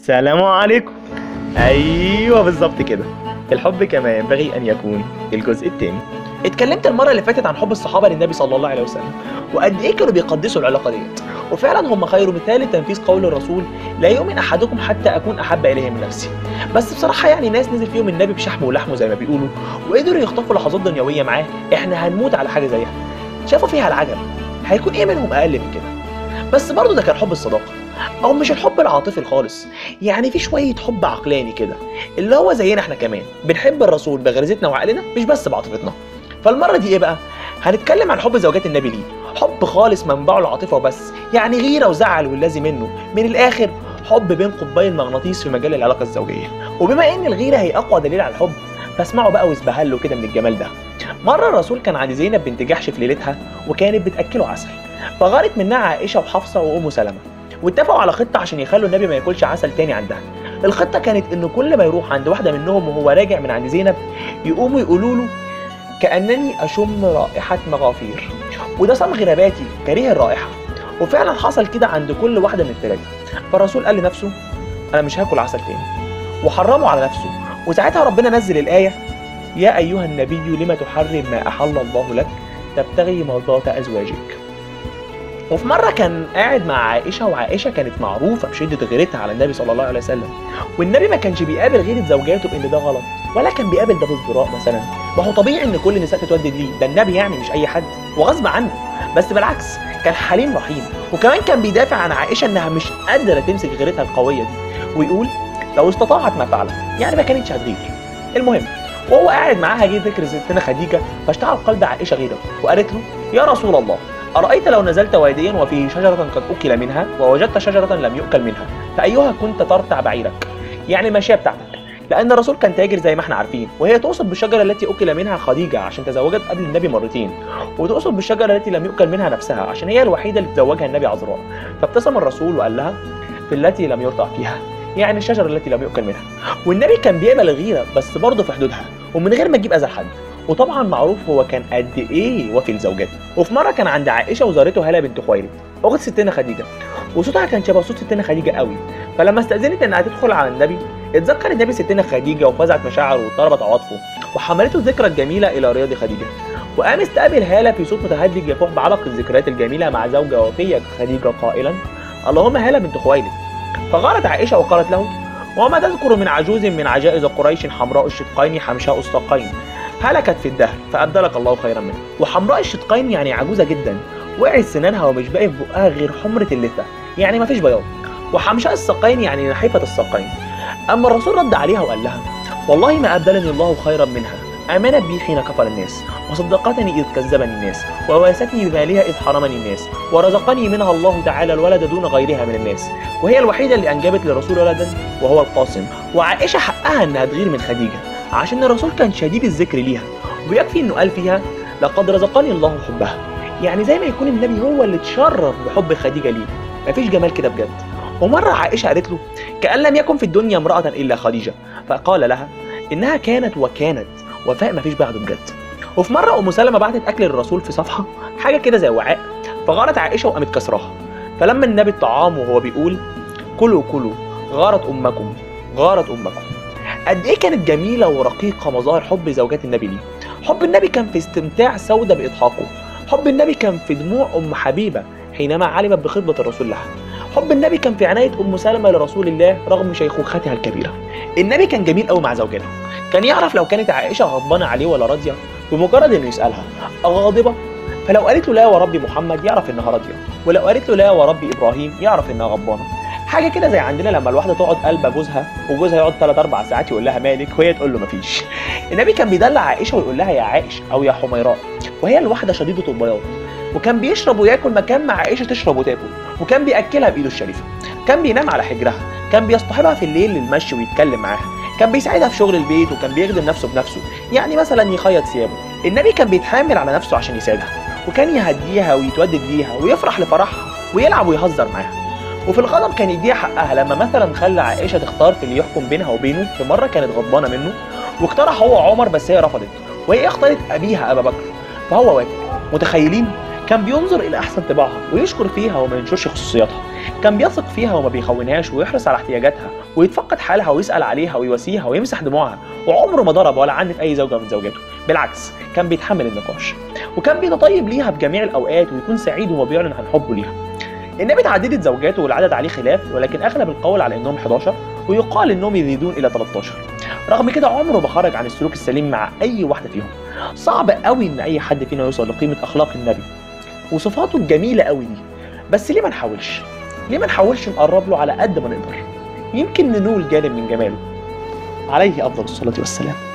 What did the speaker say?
سلام عليكم. ايوه بالظبط كده. الحب كما ينبغي ان يكون الجزء الثاني. اتكلمت المره اللي فاتت عن حب الصحابه للنبي صلى الله عليه وسلم، وقد ايه كانوا بيقدسوا العلاقه ديت، وفعلا هم خير مثال لتنفيذ قول الرسول: لا يؤمن احدكم حتى اكون احب اليه من نفسي. بس بصراحه يعني ناس نزل فيهم النبي بشحمه ولحمه زي ما بيقولوا، وقدروا يخطفوا لحظات دنيويه معاه احنا هنموت على حاجه زيها، شافوا فيها العجب. هيكون ايه منهم اقل من كده؟ بس برضه ده كان حب الصداقه، او مش الحب العاطفي الخالص، يعني في شويه حب عقلاني كده، اللي هو زينا احنا كمان بنحب الرسول بغريزتنا وعقلنا مش بس بعاطفتنا. فالمره دي ايه بقى؟ هنتكلم عن حب زوجات النبي ليه، حب خالص منبعه العاطفه وبس، يعني غيره وزعل واللازم منه، من الاخر حب بين قطبي المغناطيس في مجال العلاقه الزوجيه. وبما ان الغيره هي اقوى دليل على الحب، فاسمعوا بقى واسبهلوا كده من الجمال ده. مره الرسول كان عند زينب بنت جحش في ليلتها، وكانت بتاكله عسل، فغارت منها عائشه وحفصه وام سلمه، واتفقوا على خطه عشان يخلوا النبي ما ياكلش عسل تاني عندها. الخطه كانت انه كل ما يروح عند واحده منهم وهو راجع من عند زينب، يقوموا يقولوا له: كانني اشم رائحه مغافير. وده صمغ نباتي كريه الرائحه، وفعلا حصل كده عند كل واحده من الثلاثه. فالرسول قال لنفسه: انا مش هاكل عسل تاني، وحرمه على نفسه. وساعتها ربنا نزل الايه: يا ايها النبي لما تحرم ما احل الله لك تبتغي مرضات ازواجك. وفي مرة كان قاعد مع عائشة، وعائشة كانت معروفة بشدة غيرتها على النبي صلى الله عليه وسلم، والنبي ما كانش بيقابل غيرة زوجاته بإن ده غلط، ولا كان بيقابل ده بازدراء مثلا. ما هو طبيعي إن كل النساء تتودد ليه، ده النبي يعني مش أي حد، وغصب عنه. بس بالعكس كان حليم رحيم، وكمان كان بيدافع عن عائشة إنها مش قادرة تمسك غيرتها القوية دي، ويقول: لو استطاعت ما فعلت، يعني ما كانتش هتغير. المهم وهو قاعد معاها جه ذكر ستنا خديجة، فاشتعل قلب عائشة غيره، وقالت له: يا رسول الله، أرأيت لو نزلت واديا وفيه شجرة قد أكل منها، ووجدت شجرة لم يؤكل منها، فأيها كنت ترتع بعيرك؟ يعني الماشية بتاعتك. لأن الرسول كان تاجر زي ما احنا عارفين، وهي تقصد بالشجرة التي أكل منها خديجة عشان تزوجت قبل النبي مرتين، وتقصد بالشجرة التي لم يؤكل منها نفسها عشان هي الوحيدة اللي تزوجها النبي عذراء. فابتسم الرسول وقال لها: في التي لم يرتع فيها، يعني الشجرة التي لم يؤكل منها. والنبي كان بيقبل الغيرة بس برضه في حدودها، ومن غير ما تجيب أذى لحد. وطبعا معروف هو كان قد ايه وفي لزوجته. وفي مره كان عند عائشه وزارته هاله بنت خويلد اخت ستنا خديجه، وصوتها كان شبه صوت ستنا خديجه قوي. فلما استاذنت انها تدخل على النبي، اتذكر النبي ستنا خديجه وفزعت مشاعره واضطربت عواطفه، وحملته الذكرى الجميله الى رياض خديجه. وقام استقبل هاله في صوت متهدج يفوح بعلق الذكريات الجميله مع زوجه وفيه خديجه قائلا: اللهم هاله بنت خويلد. فغارت عائشه وقالت له: وما تذكر من عجوز من عجائز قريش حمراء الشدقين حمشاء الساقين، هلكت في الدهر فأبدلك الله خيرا منها. وحمراء الشدقين يعني عجوزة جدا، وقعت سنانها ومش باقي في بقها غير حمرة اللثة، يعني مفيش بياض. وحمشاء الساقين يعني نحيفة الساقين. أما الرسول رد عليها وقال لها: والله ما أبدلني الله خيرا منها، آمنت بي حين كفر الناس، وصدقتني إذ كذبني الناس، وواستني بمالها إذ حرمني الناس، ورزقني منها الله تعالى الولد دون غيرها من الناس، وهي الوحيدة اللي أنجبت للرسول ولدا وهو القاسم. وعائشة حقها إنها تغير من خديجة عشان الرسول كان شديد الذكر ليها، ويكفي إنه قال فيها: لقد رزقني الله حبها، يعني زي ما يكون النبي هو اللي اتشرف بحب خديجة ليه. مفيش جمال كده بجد. ومرة عائشة قالت له: كأن لم يكن في الدنيا امرأة إلا خديجة، فقال لها: إنها كانت وكانت وفاء مفيش بعده بجد. وفي مرة أم سلمة بعتت أكل للرسول في صفحة، حاجة كده زي وعاء، فغارت عائشة وقامت كسراها. فلما النبي الطعام وهو بيقول: كلوا كلوا غارت أمكم غارت أمكم. قد إيه كانت جميلة ورقيقة مظاهر حب زوجات النبي ليه. حب النبي كان في استمتاع سودة بإضحاكه، حب النبي كان في دموع أم حبيبة حينما علمت بخطبة الرسول لها، حب النبي كان في عناية أم سلمة لرسول الله رغم شيخوختها الكبيرة. النبي كان جميل قوي مع زوجته، كان يعرف لو كانت عائشة غضبانة عليه ولا راضية بمجرد إنه يسألها: غاضبة؟ فلو قالت له لا ورب محمد يعرف إنها راضية، ولو قالت له لا ورب إبراهيم يعرف إنها غضبانة. حاجه كده زي عندنا لما الواحده تقعد قلبه جوزها، وجوزها يقعد 3-4 ساعات يقول لها مالك وهي تقول له مفيش. النبي كان بيدلع عائشه ويقول لها يا عائش او يا حميراء، وهي الواحده شديده البياض. وكان بيشرب وياكل مكان ما عائشه تشرب وتاكل، وكان بياكلها بايده الشريفه، كان بينام على حجرها، كان بيصطحبها في الليل للمشي ويتكلم معاها، كان بيساعدها في شغل البيت، وكان بيخدم نفسه بنفسه، يعني مثلا يخيط ثيابه. النبي كان بيتحامل على نفسه عشان يساعدها، وكان يهديها ويتودد ليها ويفرح لفرحها ويلعب ويهزر معاها. وفي الغضب كان يديها حقها، لما مثلا خلى عائشه تختار في اللي يحكم بينها وبينه. في مره كانت غضبانه منه واقترح هو عمر، بس هي رفضت، وهي اختارت ابيها ابا بكر، فهو وافق. متخيلين؟ كان بينظر الى احسن طباعها ويشكر فيها وما ينشرش خصوصياتها. كان بيثق فيها وما بيخونهاش ويحرص على احتياجاتها ويتفقد حالها ويسأل عليها ويواسيها ويمسح دموعها، وعمره ما ضرب ولا عنف أي زوجة من زوجاته، بالعكس كان بيتحمل النقاش، وكان بيتطيب ليها في جميع الأوقات ويكون سعيد وهو بيعلن عن حبه ليها. النبي تعددت زوجاته والعدد عليه خلاف، ولكن أغلب القول على إنهم 11 ويقال إنهم يزيدون إلى 13. رغم كده عمره ما خرج عن السلوك السليم مع أي واحدة فيهم. صعب قوي إن أي حد فينا يوصل لقيمة أخلاق النبي وصفاته الجميلة قوي دي، بس ليه ما نحاولش؟ ليه ما نحاولش نقرب له على قد ما نقدر؟ يمكن ننول جانب من جماله عليه أفضل الصلاة والسلام.